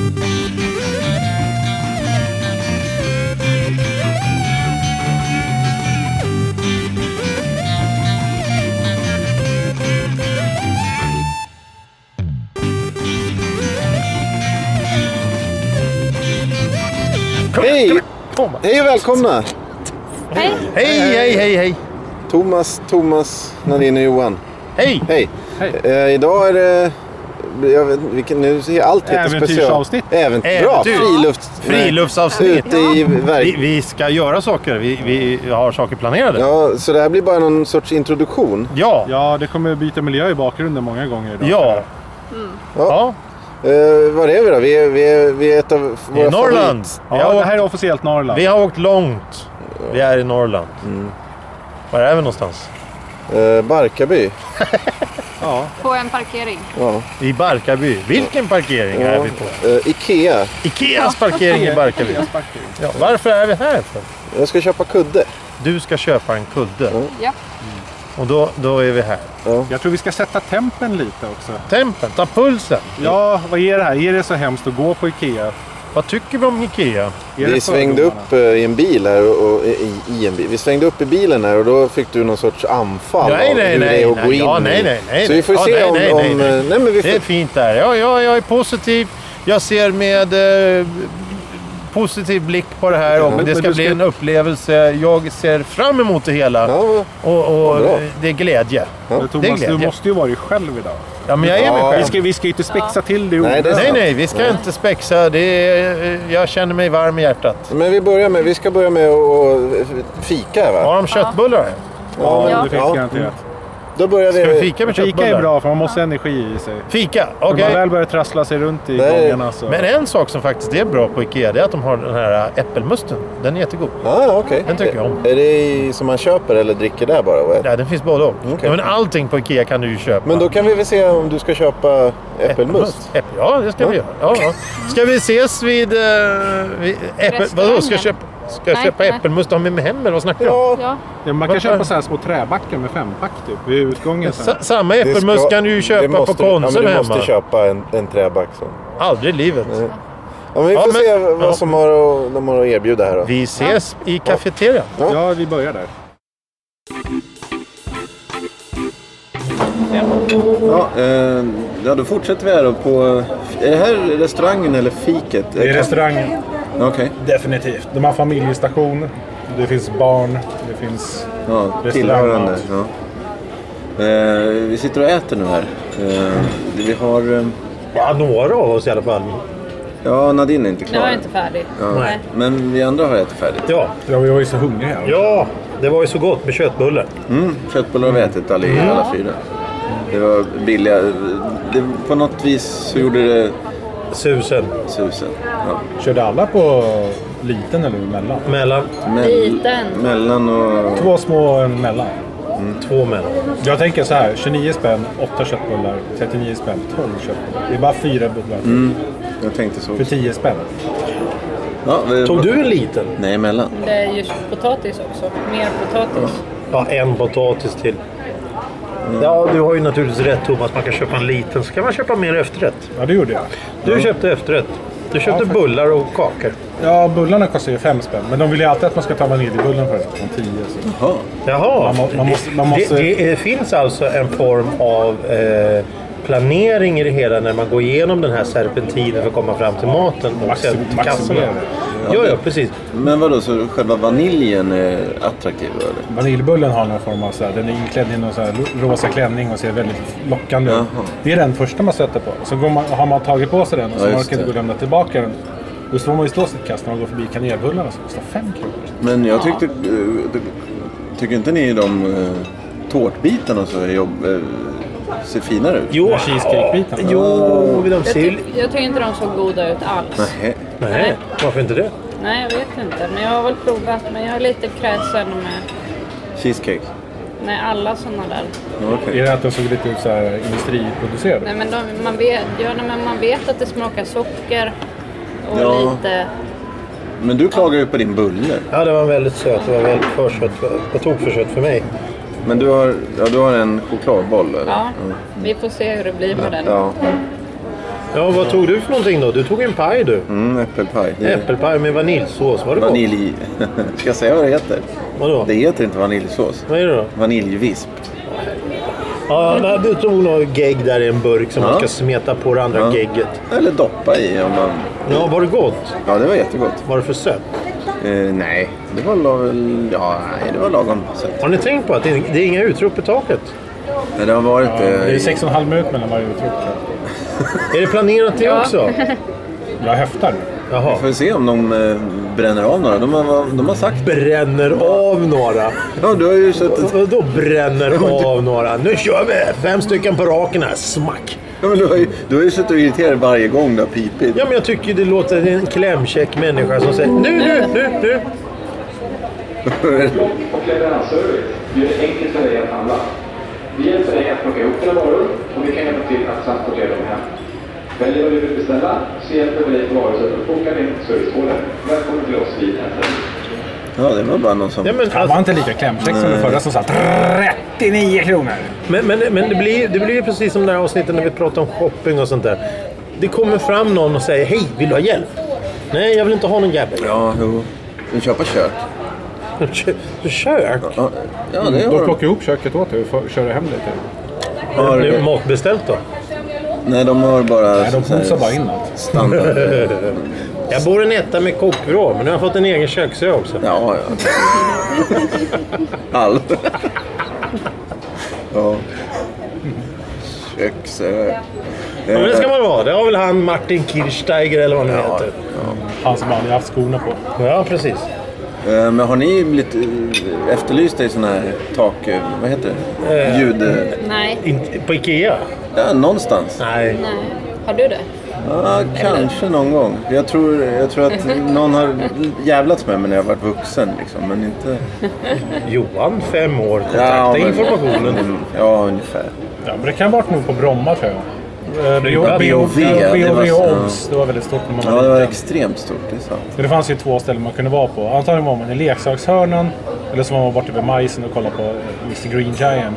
Hej! Hej och välkomna! Hej! Thomas, Nadine och Johan. Hej! Idag är det... Jag vet, nu ser allt heter Äventyrsavsnitt. Bra, Friluftsavsnitt. Ute i verk. Vi ska göra saker, vi har saker planerade. Ja, så det här blir bara någon sorts introduktion. Ja, det kommer byta miljö i bakgrunden många gånger idag. Ja. Var är vi då? Vi är ett av våra Norrland. Ja, det här är officiellt Norrland. Vi har åkt långt. Vi är i Norrland. Var är vi någonstans? Barkarby. Ja. På en parkering. Ja. I Barkarby. Vilken parkering är vi på? Ikea. Ikeas parkering i Barkarby. Ja, varför är vi här för? Jag ska köpa kudde. Du ska köpa en kudde. Ja. Och då är vi här. Jag tror vi ska sätta tempen lite också. Tempen, ta pulsen. Ja, vad är det här? Är det så hemskt att gå på Ikea? Vad tycker vi om Ikea? Vi svängde upp i en bil här i en bil. Vi svängde upp i bilen här och då fick du någon sorts anfall. Nej. Så vi får se om... Nej, men det är fint där. Jag är positiv. Jag ser med positiv blick på det här och det ska bli en upplevelse. Jag ser fram emot det hela. Ja, och det är glädje. Ja. Thomas, du måste ju vara dig själv idag. Ja, men jag är med själv. Vi ska ju inte spexa till det. Nej, vi ska inte spexa. Jag känner mig varm i hjärtat. Men vi ska börja med att fika, va? Har de köttbullar? Ja, det finns garanterat. Då börjar vi... Ska vi fika med köttbullar? Fika är bra för man måste ha energi i sig. Fika, okej. När man väl börjar trassla sig runt i gångarna så... Men en sak som faktiskt är bra på Ikea, det är att de har den här äppelmusten. Den är jättegod. Okej. Den tycker jag om. Är det som man köper eller dricker där bara? Ja, den finns både och. Okay. Men allting på Ikea kan du ju köpa. Men då kan vi väl se om du ska köpa äppelmust. Ja, det ska vi göra. Ja. Ska vi ses vid vadå? Ska jag köpa äppelmust och ha med mig hem eller vad snackar du om? Ja, man kan köpa så här små träbackar med 5-pack typ vid utgången. Samma äppelmust kan du ju köpa på Konsum hemma. Du måste köpa en träback. Så. Aldrig i livet. Ja, men vi får se vad som de har att erbjuda här då. Vi ses i kafeterian. Ja, vi börjar där. Då fortsätter vi här då på... Är det här restaurangen eller fiket? Det är restaurangen. Okej. Definitivt. De har familjestation. Det finns barn. Det finns tillhörande. Ja. Vi sitter och äter nu här. Vi har... några av oss i alla fall. Ja, Nadine är inte klar. Jag är inte färdig. Ja. Nej. Men vi andra har ätit färdigt. Ja, vi var ju så hungriga. Ja, det var ju så gott med köttbullar. Köttbullar har vi ätit alla fyra. Det var billiga. På något vis så gjorde det... Susen. Ja. Körde alla på liten eller mellan? Liten. Mellan och... 2 små mellan. 2 mellan. Jag tänker så här, 29 spänn, 8 köttbullar, 39 spänn, 12 köttbullar. Det är bara 4 bullar. Jag tänkte så. För 10 spänn. Ja, Tog du en liten? Nej, mellan. Det är ju potatis också. Mer potatis. Ja, en potatis till. Ja, du har ju naturligtvis rätt, Thomas. Man kan köpa en liten, så kan man köpa mer efterrätt. Ja, det gjorde jag. Du köpte efterrätt. Du köpte bullar och kakor. Ja, bullarna kostar ju 5 spänn. Men de vill ju alltid att man ska ta vaniljbullen för från 10. Så. Jaha. Man måste... Det finns alltså en form av planering i det hela när man går igenom den här serpentinen för att komma fram till maten och sen till kassorna. Ja, precis. Men vadå, så själva vaniljen är attraktiv eller? Vaniljbullen har någon form av så här, den är inklädd i någon så här rosa klänning och ser väldigt lockande ut. Det är den första man sätter på. Så har man tagit på sig den och så man kan inte gå och lämna tillbaka den. Då får man ju stå sitt kast när man går förbi kanelbullarna som kostar 5 kronor. Men jag tycker inte ni de tårtbitarna så ser finare ut? Jo, cheesecake-bitarna. Jag tycker inte de såg goda ut alls. Nej, varför inte det? Nej, jag vet inte. Men jag har väl provat. Men jag är lite kräsen med... Cheesecake? Nej, alla sådana där. Okay. Är det att de såg lite ut så här industriproducerade? Nej, men man vet att det smakar socker och lite... Men du klagar ju på din bulle. Ja, det var väldigt söt. Det var väldigt för sött. Jag tog för sött för mig. Men du har en chokladboll eller? Ja, vi får se hur det blir med den. Ja. Ja, vad tog du för någonting då? Du tog en paj du. Äppelpaj. Äppelpaj med vaniljsås, var det vanilj. Ska jag säga vad det heter? Vadå? Det heter inte vaniljsås. Vad är det då? Vaniljvisp. Ja, du tog någon gegg där i en burk som man ska smeta på det andra gegget. Eller doppa i om man... Ja, var det gott? Ja, det var jättegott. Var det för sött? Nej, det var lagom sött. Har ni tänkt på att det är inga utrop i taket? Nej, det har varit... det är 6,5 minuter mellan varje utrop. Är det planerat det också? Jag häftar. Jaha. Vi får se om de bränner av några. De har sagt... Bränner av några? Ja, du har ju suttit... Då bränner av några. Nu kör vi! 5 stycken på raken här. Smack! Ja, men du har ju suttit och irriterat varje gång du har pipit. Ja, men jag tycker det låter en klämkäck människa som säger nu! Och leveransservice gör det enkelt för dig att handla. Vi hjälper dig att plocka ihop dina varor och vi kan hjälpa till att transportera dem hem. Välj vad du vill beställa så hjälper vi dig på varuhuset och boka din servicekoder. Välkommen till oss vid Äntligen. Ja, det var bara någon som... Ja, men Han var inte lika klämkäck som den förra som sa 39 kronor. Men det blir precis som det här avsnittet när vi pratar om shopping och sånt där. Det kommer fram någon och säger hej, vill du ha hjälp? Nej, jag vill inte ha någon jävel. Ja, du köper kök. Kök? Ja, det Då plockar ihop köket åt dig och kör hem lite. Har du matbeställt då? Nej, de har bara... Nej, de pusar bara inåt. Standard. Jag bor i en etta med kokvrå, men nu har jag fått en egen köksö också. Ja. Allt. Ja. Köksö. Ja, men det ska man vara. Det har väl han Martin Kirchsteiger eller vad han heter. Han som aldrig haft skorna på. Ja, precis. Men har ni blivit efterlyst i sån här tak... Vad heter det? Ljud... Nej. På Ikea? Ja, någonstans. Nej. Nej. Har du det? Ja, kanske någon gång. Jag tror att någon har jävlats med mig när jag varit vuxen. Liksom, men inte... Johan, 5 år. Kontakta informationen. Ja, ungefär. Ja, men det kan vara nog på Bromma, tror jag. BOV, och OBS, det var väldigt stort när man Ja, det var extremt stort, det är sant. Det fanns ju 2 ställen man kunde vara på. Antagligen var man i leksakshörnan, eller så var man borta vid majsen och kollade på Mr. Green Giant.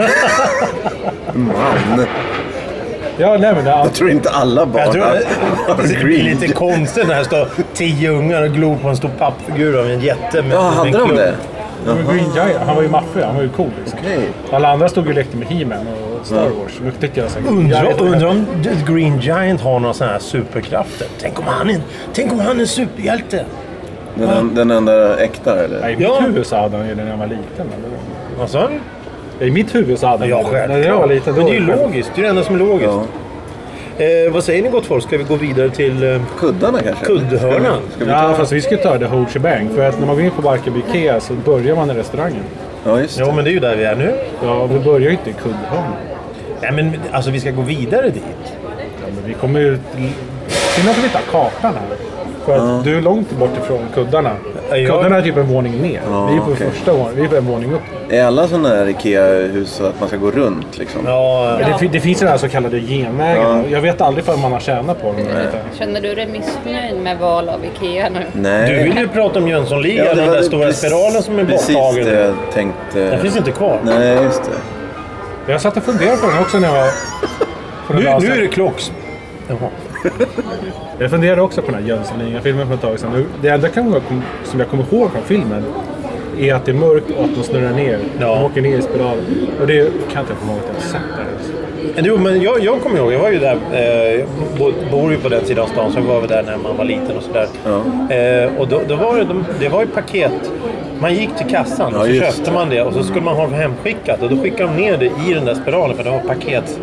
Man. Ja, nej, men jag tror inte alla barn det är lite konstigt när det står 10 ungar och glor på en stor pappfigur av en jätte. Ja, hade de det? Green Giant, han var ju maffig, han var ju cool. Liksom. Okay. Alla andra stod ju lekte med He-Man och Star Wars. Nu tyckte jag så här, undrar om Green Giant har några sådana här superkrafter. Tänk om han är en superhjälte. Den enda äkta, eller? Nej, i mitt huvud så hade han ju när jag var liten. Vad sa du? I mitt huvud så hade han när jag var liten. Men det är ju logiskt, det är det enda som är logiskt. Ja. Vad säger ni gott folk? Ska vi gå vidare till kuddarna kanske? Kuddhörnan? Ja, fast vi ska ta det whole shebang. För att när man går in på Barkarby Ikea så börjar man i restaurangen. Ja, just det. Ja, men det är ju där vi är nu. Ja, vi börjar ju inte i kuddhörnan. Nej, men alltså vi ska gå vidare dit. Ja, men vi kommer ju... Synd att vi tar kartan här. För att du är långt bort ifrån kuddarna. Kuddarna är typ en våning ner. Vi är på första våningen, vi är på en våning upp. Är alla sådana här Ikea-hus så att man ska gå runt liksom? Ja. Det finns ju den här så kallade genvägarna. Jag vet aldrig för man har tjänat på dem. Känner du dig missnöjd med val av Ikea nu? Nej. Du vill ju prata om Jönssonligan, den där stora spiralen som är borttagen. Precis det jag tänkte. Den finns inte kvar. Nej, just det. Jag satt och funderade på den också när jag var... Nu är det klocks. Jaha. Jag funderade också på den här Jönssonligan-filmen för ett tag sedan. Det enda som jag kommer ihåg från filmen är att det är mörkt och att de snurrar ner. Ja. De åker ner i spiral. Och det kan inte jag komma ihåg att jag sett där. Jo, men jag kommer ihåg. Jag var ju där. Bor ju på den sidan av stan. Så var vi där när man var liten och sådär. Ja. Och då var det var ju paket. Man gick till kassan och så köpte man det. Och så skulle man ha det hemskickat. Och då skickade de ner det i den där spiralen. För det var paket...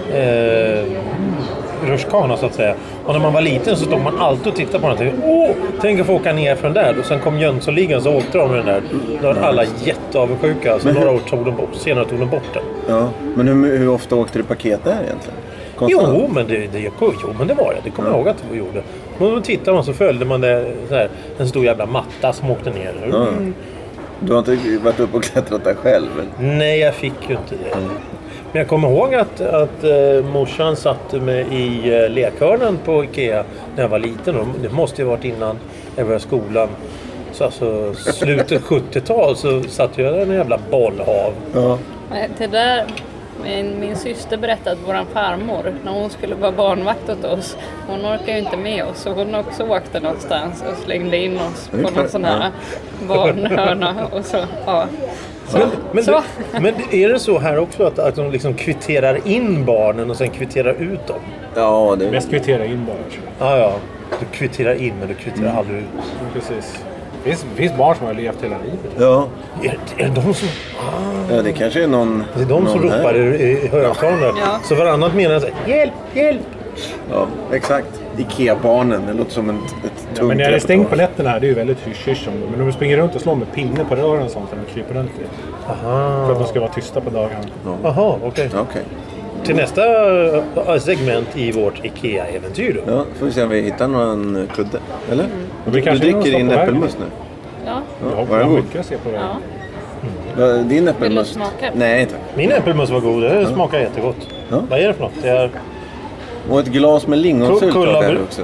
rutschkana så att säga. Och när man var liten så stod man alltid och tittade på den och tänkte, tänk att få åka ner från där. Och sen kom Jönssonligan så åkte de med den där. Då var alla jätteavundsjuka. Så några år senare tog de bort den. Ja, men hur ofta åkte det paket där egentligen? Jo, men det var det. Det kommer jag ihåg att vi gjorde. Men då tittade man så följde man det så här, en stor jävla matta som åkte ner. Du har inte varit uppe och klättrat där själv? Eller? Nej, jag fick ju inte det. Men jag kommer ihåg att morsan satt med i lekhörnan på Ikea när jag var liten. Det måste ju ha varit innan jag började skolan. Så alltså slutet 70-tal så satt jag där i en jävla bollhav. Ja. Det där Min syster berättade att våran farmor, när hon skulle vara barnvakt åt oss, hon orkar ju inte med oss, så hon också åkte någonstans och slängde in oss på någon sån här barnhörna och så, ja. Men är det så här också att de liksom kvitterar in barnen och sen kvitterar ut dem? Ja, det är mest kvittera in bara. Ja. Du kvitterar in men du kvitterar aldrig ut. Precis. Det finns barn som har levt hela livet. Ja. Är det de som... Ja, det kanske är någon... Det är de som ropar i högtalaren. Ja. Så varannat menar hjälp, hjälp! Ja, exakt. Ikea-barnen, det låter som ett tungt... Men när det är stängt på nätterna här, det är ju väldigt hysch om det. Men de springer runt och slår med pinne på rören och sånt, de kryper runt lite. Aha. För att de ska vara tysta på dagen. Jaha, okej. Okay. Till nästa segment i vårt Ikea-äventyr då. Ja, får vi se om vi hittar någon kudde. Eller? Du dricker din äppelmust nu? Ja. Var den god? Jag ser på vägen. Ja. Din äppelmust? Vill du smaka? Nej, tack. Min äppelmust var god. Det smakar jättegott. Ja. Vad är det för något? Det är... Och ett glas med lingonsylt där också.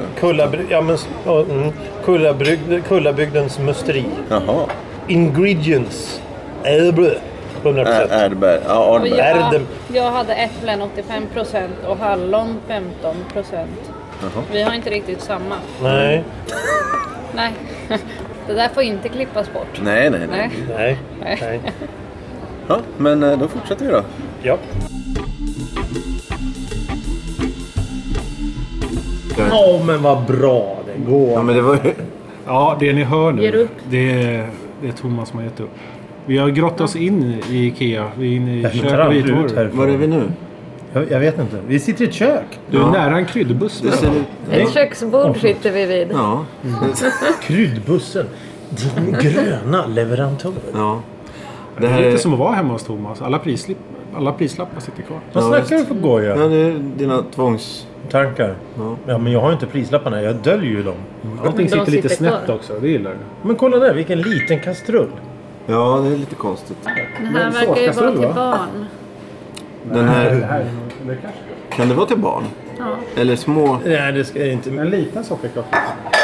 Kullabygdens musteri. Jaha. Ingredients. Ädelbröd. 100%. Ärdbär. Ja, jag hade äpplen 85% och hallon 15%. Vi har inte riktigt samma. Nej. Nej. Det där får inte klippas bort. Nej. Ja, men då fortsätter vi då. Ja. Ja, men vad bra det går. Ja, men det var... Ja, det ni hör nu. Ger upp. Det är Thomas som har gett upp. Vi har grott oss in i Ikea. Vi är inne i köket. Var är vi nu? Jag vet inte. Vi sitter i ett kök. Du är nära en kryddbuss. Ett köksbord sitter vi vid. Ja. Kryddbussen. Din gröna leverantör. Ja. Det är lite som att vara hemma hos Thomas. Alla prislappar sitter kvar. Vad snackar du för goja? Ja, det är dina tvångstankar. Ja, men jag har inte prislapparna. Jag döljer ju dem. Allting sitter lite snett också. Det gillar du. Men kolla där, vilken liten kastrull. Ja, det är lite konstigt. Den här verkar ju vara till barn. Den här... Kan det vara till barn? Ja. Eller små... Nej, det ska inte... En liten sockerkaka.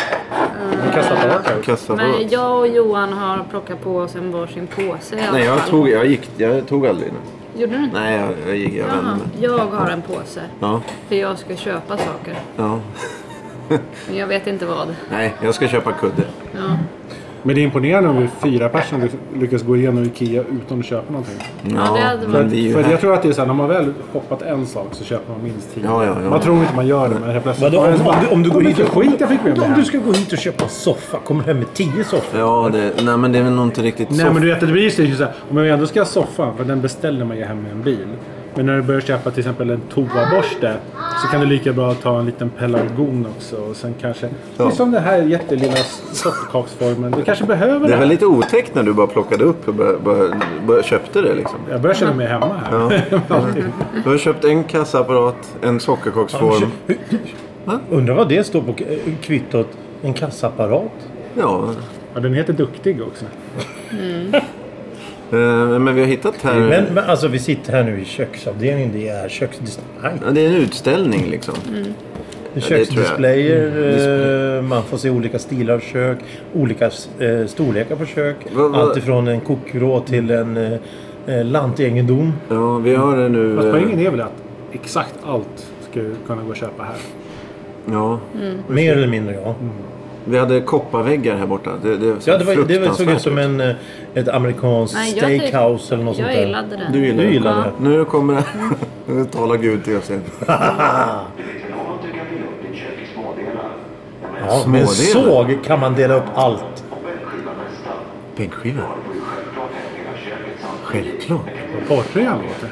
Men jag och Johan har plockat på oss en varsin påse. Nej, jag tog aldrig den. Gjorde du inte? Nej, jag vände mig. Jag har en påse. Ja. För jag ska köpa saker. Ja. Men jag vet inte vad. Nej, jag ska köpa kudde. Ja. Men det är imponerande om vi 4 personer lyckas gå igenom Ikea utan att köpa någonting. Ja, det hade varit... För jag tror att det är så här, när man väl hoppat en sak så köper man minst 10. Ja. Man tror inte man gör det, men helt plötsligt... Om du går hit och skit jag fick med mig. Om du ska gå hit och köpa en soffa, kommer hem med 10 soffor. Ja, nej men det är väl nog inte riktigt Nej, men du vet, det blir ju så här, om jag ändå ska ha soffan, för den beställer man ju hem med en bil. Men när du börjar köpa till exempel en toaborste så kan du lika bra ta en liten pelargon också. Och sen kanske, som den här jättelilla sockerkaksformen, du kanske behöver det. Det är väl lite otäckt när du bara plockade upp och bara köpte det liksom. Jag börjar känna mig hemma här. Ja. Du har köpt en kassaapparat, en sockerkaksform. Undrar vad det står på kvittot. En kassaapparat? Ja, den heter Duktig också. Men vi har hittat här... Men alltså vi sitter här nu i köksavdelningen. Det är det är en utställning liksom. Köksdisplayer. Man får se olika stilar av kök. Olika storlekar på kök. Allt ifrån en kokvrå till en lantegendom. Ja, vi har det nu... Fast poängen är väl att exakt allt ska kunna gå att köpa här. Ja. Mer eller mindre, ja. Vi hade kopparväggar här borta. Det såg ut som ett amerikanskt steakhouse eller något sånt där. Jag gillade det. Du gillade det. Nu kommer det. Nu talar Gud till oss igen. Ja, med såg kan man dela upp allt. Bänkskiva. Självklart. Portrean låter.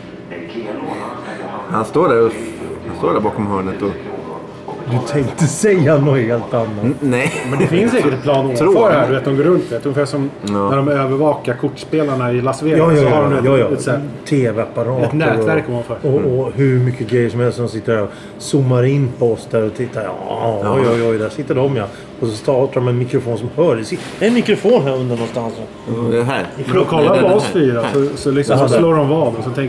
Han står där bakom hörnet och... Du tänkte säga något helt annat. Nej. Men det finns säkert ett plan ovanför här. Du vet, de går runt. Ungefär som när de övervakar kortspelarna i Las Vegas. Så har de ett tv-apparat. Ett nätverk ovanför. Och hur mycket grejer som helst som sitter där och zoomar in på oss där och tittar. Oj, där sitter de ja. Och så startar de en mikrofon som hör. Det sitter en mikrofon här under någonstans. Det här. För att kolla på oss 4 så slår de vad och så tänker jag så här.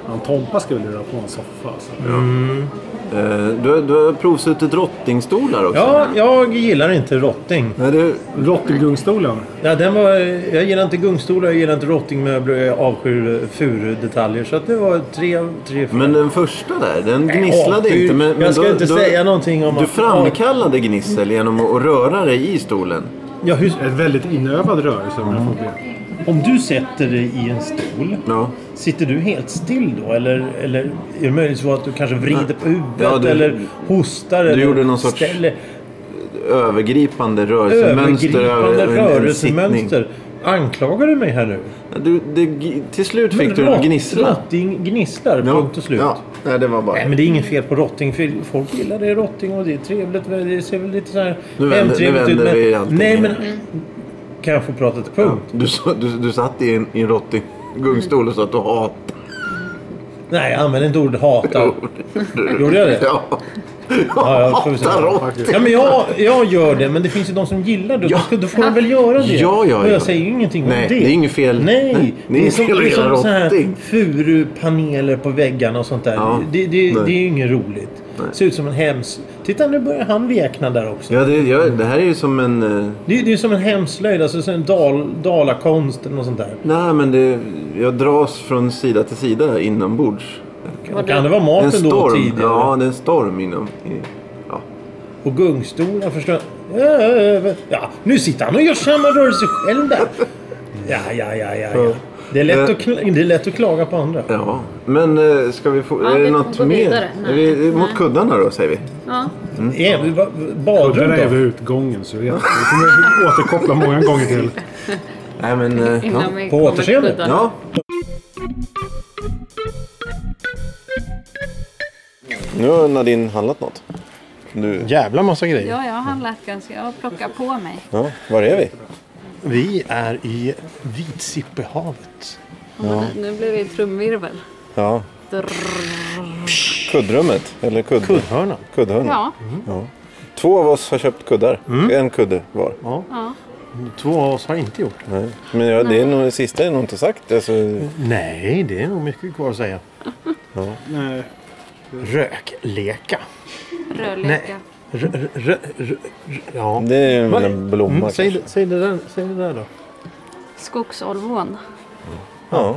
Tompa skulle du på en soffa. Alltså. Du har provsuttit rottingstolar också. Ja, jag gillar inte rotting. Rottinggungstolen? Ja, jag gillar inte gungstolar, jag gillar inte rottingmöbler, jag avskyr furudetaljer. Så att det var tre. Men den första där, den gnisslade inte. Men jag ska inte säga någonting om du framkallade gnissel genom att röra dig i stolen. Ja, ett väldigt inövad rörelse om jag får be. Om du sätter dig i en stol, sitter du helt still då? Eller är det möjligt så att du kanske vrider på huvudet eller hostar? Du gjorde någon sorts övergripande rörelsemönster. Anklagar du mig här nu? Till slut fick du gnissla. Rotting gnisslar, punkt och slut. Ja. Nej, det var bara... Nej, men det är inget fel på rotting. Folk gillar det rotting och det är trevligt. Det ser väl lite så här hemtrevligt ut. Nej, men... Kan jag få prata till punkt? Ja, du satt i en rotting gungstol och sa att du hatar. Nej, jag använder inte ordet hata. Gjorde jag det? Ja. Jag hatar rotting. Ja, men jag gör det, men det finns ju de som gillar det. Då får de väl göra det. Ja. Och jag säger ju ingenting om det. Det är inget fel. Nej, det är som så här furupaneler på väggarna och sånt där. Ja. Det är ju inget roligt. Nej. Ser ut som en hems... Titta, nu börjar han vekna där också. Ja, det här är ju som en... Det är som en hemslöjd, alltså en dalakonst eller något sånt där. Nej, men jag dras från sida till sida inombords. Kan det vara maten då tidigare? Ja, det är en storm inom... Ja. Och gungstolar förstår. Ja, nu sitter han och gör samma rörelse själv där. Ja. Det är lätt att klaga på andra. Ja, men ska vi få... är det något mer? Är vi mot kuddarna då, säger vi? Ja. Badrum då? Kuddarna är vid utgången, så vi kommer återkoppla många gånger till. Nej, men... På återseende? Ja. Nu har Nadine handlat något. Jävla massa grejer. Ja, jag har handlat ganska. Jag har plockat på mig. Ja, var är vi? Vi är i Vitsippehavet. Ja. Nu blir det trumvirvel. Ja. Kuddrummet? Eller kuddhörnan. Ja. Ja. 2 av oss har köpt kuddar. En kudde var. Ja. 2 av oss har inte gjort. Nej. Men det sista är nog inte sagt. Alltså... Nej, det är nog mycket kvar att säga. Ja. Nej. Rökleka. Rölleka. Ja. Det är väl en blomma. Säg det där då. Skogsolvån. Ja.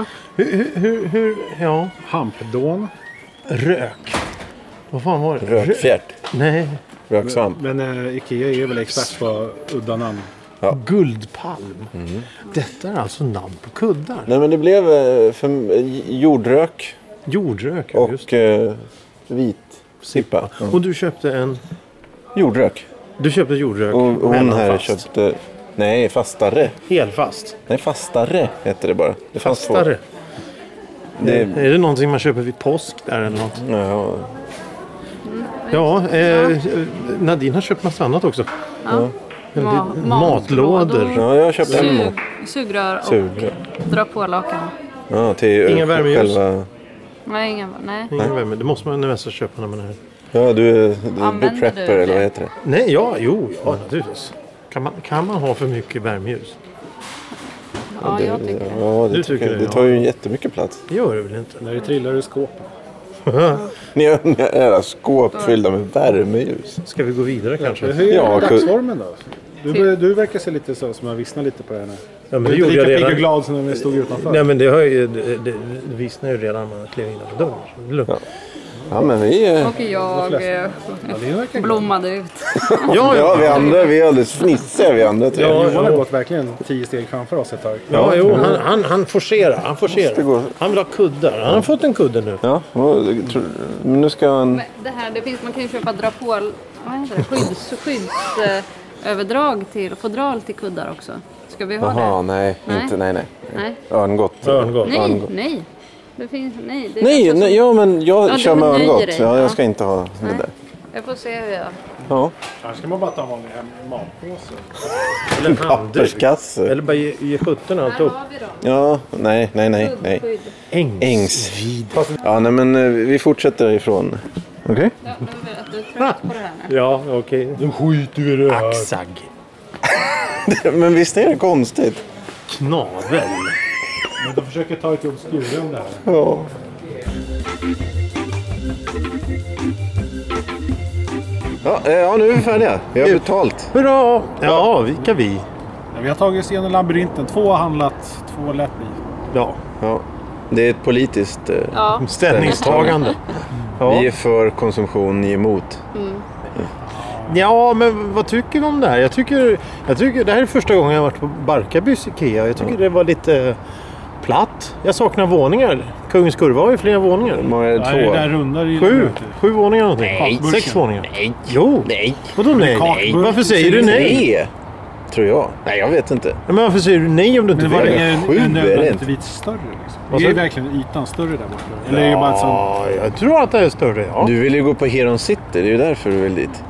Hur ja. Hampdån. Rök. Vad fan var det? Rökfjärt. Nej. Röksvamp. Men Ikea är väl expert på udda namn. Ja. Guldpalm. Detta är alltså namn på kuddar. Nej, men det blev jordrök. Jordrök, och vit sippa. Och du köpte en... Jordrök. Du köpte jordrök. Och hon här köpte... Nej, fastare. Helfast. Nej, fastare heter det bara. Det fastare. Är det någonting man köper vid påsk där eller något? Ja. Ja, Nadine har köpt massa annat också. Ja. Matlådor. Ja, jag har köpt sugrör och dra på lakan. Ja, till inga värmeljus. Nej, ingen värme. Det måste man nästan köpa när man är här. Ja, du är prepper eller vad heter det? Nej, naturligtvis. Kan man ha för mycket värmeljus? Ja, jag tycker det. Ja, det tar ju jättemycket plats. Det gör det väl inte? När det trillar ur skåpen. Ni har era skåp fyllda med värmeljus. Ska vi gå vidare kanske? Hur är dagsformen då? Du verkar se lite så som jag vissnar lite på det här nu. Ja, men det gjorde jag redan. Lika glad som när vi stod utanför. Nej, men det vissnar ju redan när man klev innanför dörren. Ja, men vi... Och jag blommade ut. Ja, vi andra, vi är alldeles fnissiga vi andra. Johan har gått verkligen 10 steg framför oss ett tag. Ja, han forcerar. Han vill ha kuddar. Han har fått en kudde nu. Ja, men nu ska han... Men det här, man kan ju köpa dra på, vad heter det? Skyddsöverdrag till, fodral till kuddar också. Ska vi ha det? Jaha, nej. Örngott. Nej. Det finns, men jag kör med örngott. Ja, jag ska inte ha det där. Jag får se hur jag... Ja. Här ska man bara ta en vanlig matpåse. Eller en papperskasse. Eller bara ge 17 och allt upp. Ja, nej. Ängsvid. Ja, nej, men vi fortsätter ifrån. Okej? Ja, men du är trött på det här nu. Ja, okej. Nu skiter vi i det här. Axag. Men visst är det konstigt? Knavel. Men du försöker ta ett jobb skuren där. Ja. Ja, nu är vi färdiga. Vi har betalt. Hurra! Ja, vilka vi? Ja, vi har tagit oss igenom labyrinten. 2 har handlat, 2 lätt vi. Ja. Det är ett politiskt ställningstagande. Vi är för konsumtion, ni är emot. Ja, men vad tycker vi om det här? Jag tycker det här är första gången jag har varit på Barkarbys Ikea. Jag tycker det var lite platt. Jag saknar våningar. Kungens Kurva har ju flera våningar. Nej, det där rundar 7 våningar någonting. Nej. 6 våningar. Nej. Jo. Nej. Vadå nej? Varför säger du nej? 3, tror jag. Nej, jag vet inte. Men varför säger du nej om du inte vet? Det 7 är det inte. Större liksom. Är verkligen ytan större där borta? Eller är det bara så? Jag tror att det är större, ja. Du vill ju gå på Heron City, det är ju därför du vill dit.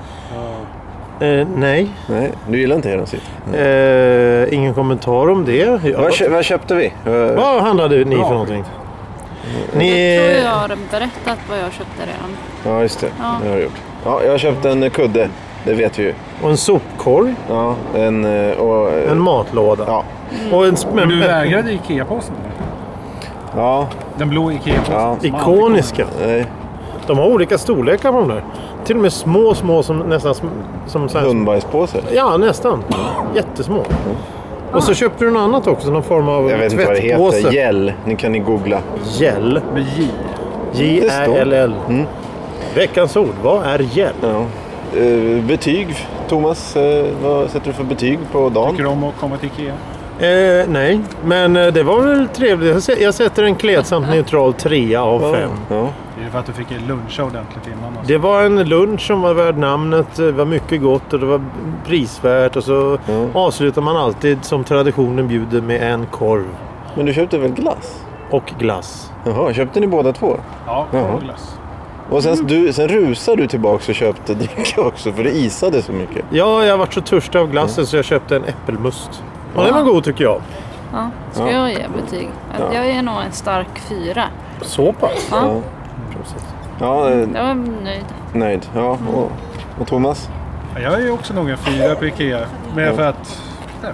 Nej. Nej, du gillar inte Heron City? Ingen kommentar om det. Vad köpte vi? Vad handlade ni för någonting? Jag tror jag har berättat vad jag köpte redan. Ja, just det. Det har jag gjort. Ja, jag köpte en kudde. Det vet vi ju. Och en sopkorg. Ja, en matlåda. Ja. Och men du vägrade Ikea-påsen? Ja. Den blå Ikea-påsen. Ja. Ikoniska. Nej. De har olika storlekar på de där. Till och med små som nästan som hundbajspåsar. Ja, nästan. Jättesmå. Och så köpte du något annat också, någon form av tvättpåse. Jag vet inte vad det heter. Gel. Ni kan ni googla. Gel. Med J. J-Ä-L-L. Veckans ord. Vad är gel? Ja. Betyg. Thomas, vad sätter du för betyg på dagen? Tycker du om att komma till Ikea? Nej, men det var väl trevligt. Jag sätter en klädsamt neutral 3 av 5. Ja. Det är för att du fick en luncha ordentligt innan. Alltså. Det var en lunch som var värd namnet. Det var mycket gott och det var prisvärt. Och så avslutar man alltid som traditionen bjuder med en korv. Men du köpte väl glass? Och glass. Jaha, köpte ni båda 2? Ja, korv och glass. Och sen rusade du tillbaka och köpte dricka också, för det isade så mycket. Ja, jag var så törstig av glassen så jag köpte en äppelmust. Och den var god tycker jag. Ja, ska jag ge betyg? Jag är nog en stark 4. Så pass? Ja. Ja, jag var nöjd. Nöjd, ja. Och Thomas? Jag är också nog en 4 på Ikea. Men för att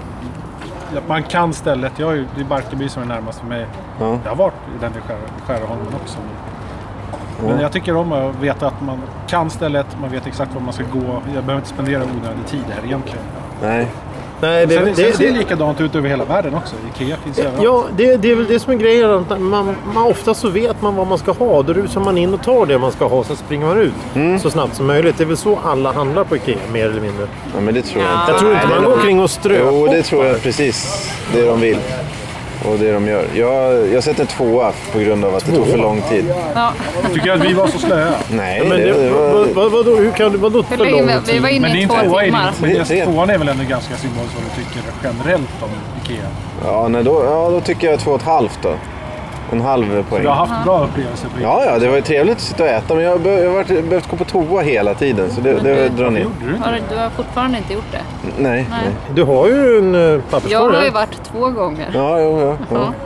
man kan stället. Det är Barkarby som är närmast för mig. Jag har varit i den i Skärholmen också. Men jag tycker om att veta att man kan stället, man vet exakt var man ska gå. Jag behöver inte spendera onödig tid här egentligen. Nej. Nej, det ser likadant ut över hela världen också. Ikea finns överallt. Ja, det är väl det som är grejen. Man ofta så vet man vad man ska ha. Då rusar man in och tar det man ska ha. Så springer man ut så snabbt som möjligt. Det är väl så alla handlar på Ikea, mer eller mindre. Ja, men det tror jag inte. Jag tror inte man går omkring och ströp. Jo, det tror jag precis. Det de vill. Och det de gör. Jag sätter 2 på grund av att det tog för lång tid. Ja. Tycker att vi var så slöa? Nej, men vadå? Hur kan det vara för lång tid? Vi var inne i 2 timmar. Men 2:an är väl ändå ganska symboliskt vad du tycker generellt om Ikea? Ja, då tycker jag 2,5 då. En halv poäng. Du har haft bra upplevelser på Ikea? Ja, det var ju trevligt att sitta och äta. Men jag har behövt gå på toa hela tiden. Så det drar ner. Du har fortfarande inte gjort det? Nej. Du har ju en papperskorg. Jag har ju varit 2 gånger. Ja.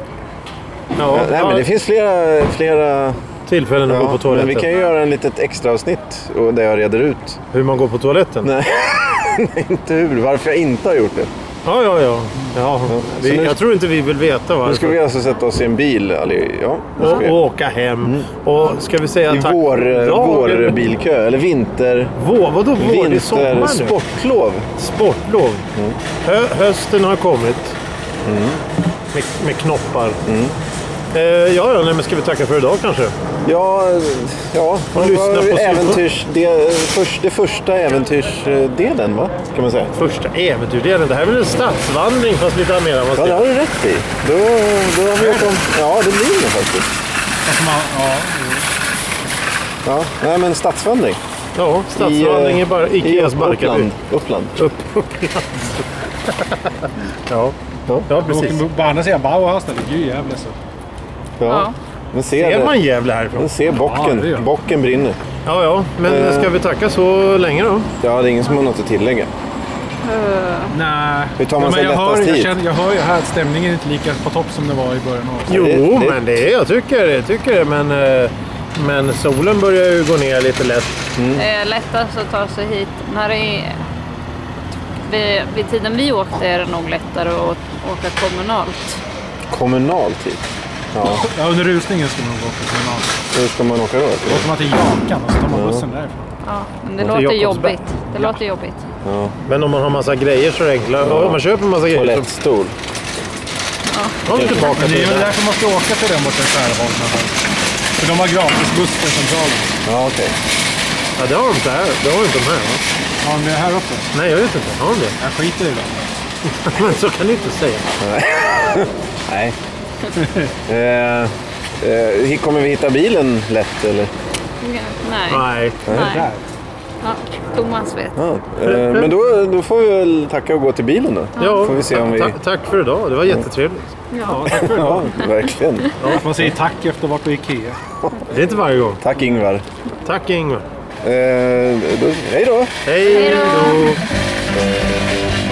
Nej, men det finns flera tillfällen att gå på toaletten. Men vi kan ju göra en litet extra avsnitt där jag reder ut. Hur man går på toaletten? Nej, inte hur. Varför jag inte har gjort det. Ja. Jag tror inte vi vill veta varför. Nu ska vi alltså sätta oss i en bil. Och åka hem. Och ska vi säga i vår bilkö. Eller vinter. Vadå vår? Det är sommar nu. Sportlov. Hösten har kommit. Med knoppar. Men ska vi tacka för idag kanske? Ja. Och lyssna på det första äventyrsdelen, va? Kan man säga. Första äventyrsdelen. Det här är väl en stadsvandring fast lite mer avancerat. Ja, det har du rätt i. Då har vi åkt om. Ja, det blir det faktiskt. Ja, nej men stadsvandring. Ja, stadsvandring är bara Ikeas Barkarby. Uppland. Ja, precis. På andra sidan Bauhaus, det ligger ju Gävle så. Ja. Men ser man Gävle härifrån? Men ser bocken. Ja, bocken brinner. Ja, men ska vi tacka så länge då? Ja, det är ingen som har något att tillägga. Nej. Hur tar man sig lättast hit? Jag hör ju här att stämningen är inte lika på topp som det var i början av. Jo, men jag tycker det. Men solen börjar ju gå ner lite lätt. Det är lättast att ta sig hit. När det är, vid tiden vi åkte är det nog lättare att åka kommunalt. Kommunalt hit? Ja, under rusningen ska man gå på promenad. Hur ska man åka då? Då åker man till Jakan och så tar man bussen därifrån. Ja, men det låter jobbigt. Det låter jobbigt. Ja. Men om man har massa grejer så är det enklare. Ja. Om man köper en massa grejer. Toalettstol. Ja. Tillbaka det är väl därför man ska åka till den borta i Skärholmen. För de har gratis buss till centralen. Ja, okej. Ja, det har de inte här. Det har de inte här, va? Har de det här uppe? Nej, jag vet inte. Har de det? Jag skiter i det. Men så kan du inte säga. Nej. Kommer vi hitta bilen lätt, eller? Nej. Där. Ja, Thomas vet. Ja, men då får vi väl tacka och gå till bilen då. Ja, får vi se om vi... tack för idag. Det var jättetrevligt. Ja, tack för idag. Ja, verkligen. Ja, man säger tack efter att ha varit på Ikea. Det är inte varje gång. Tack Ingvar. Tack Ingvar. Hej då. Hej då.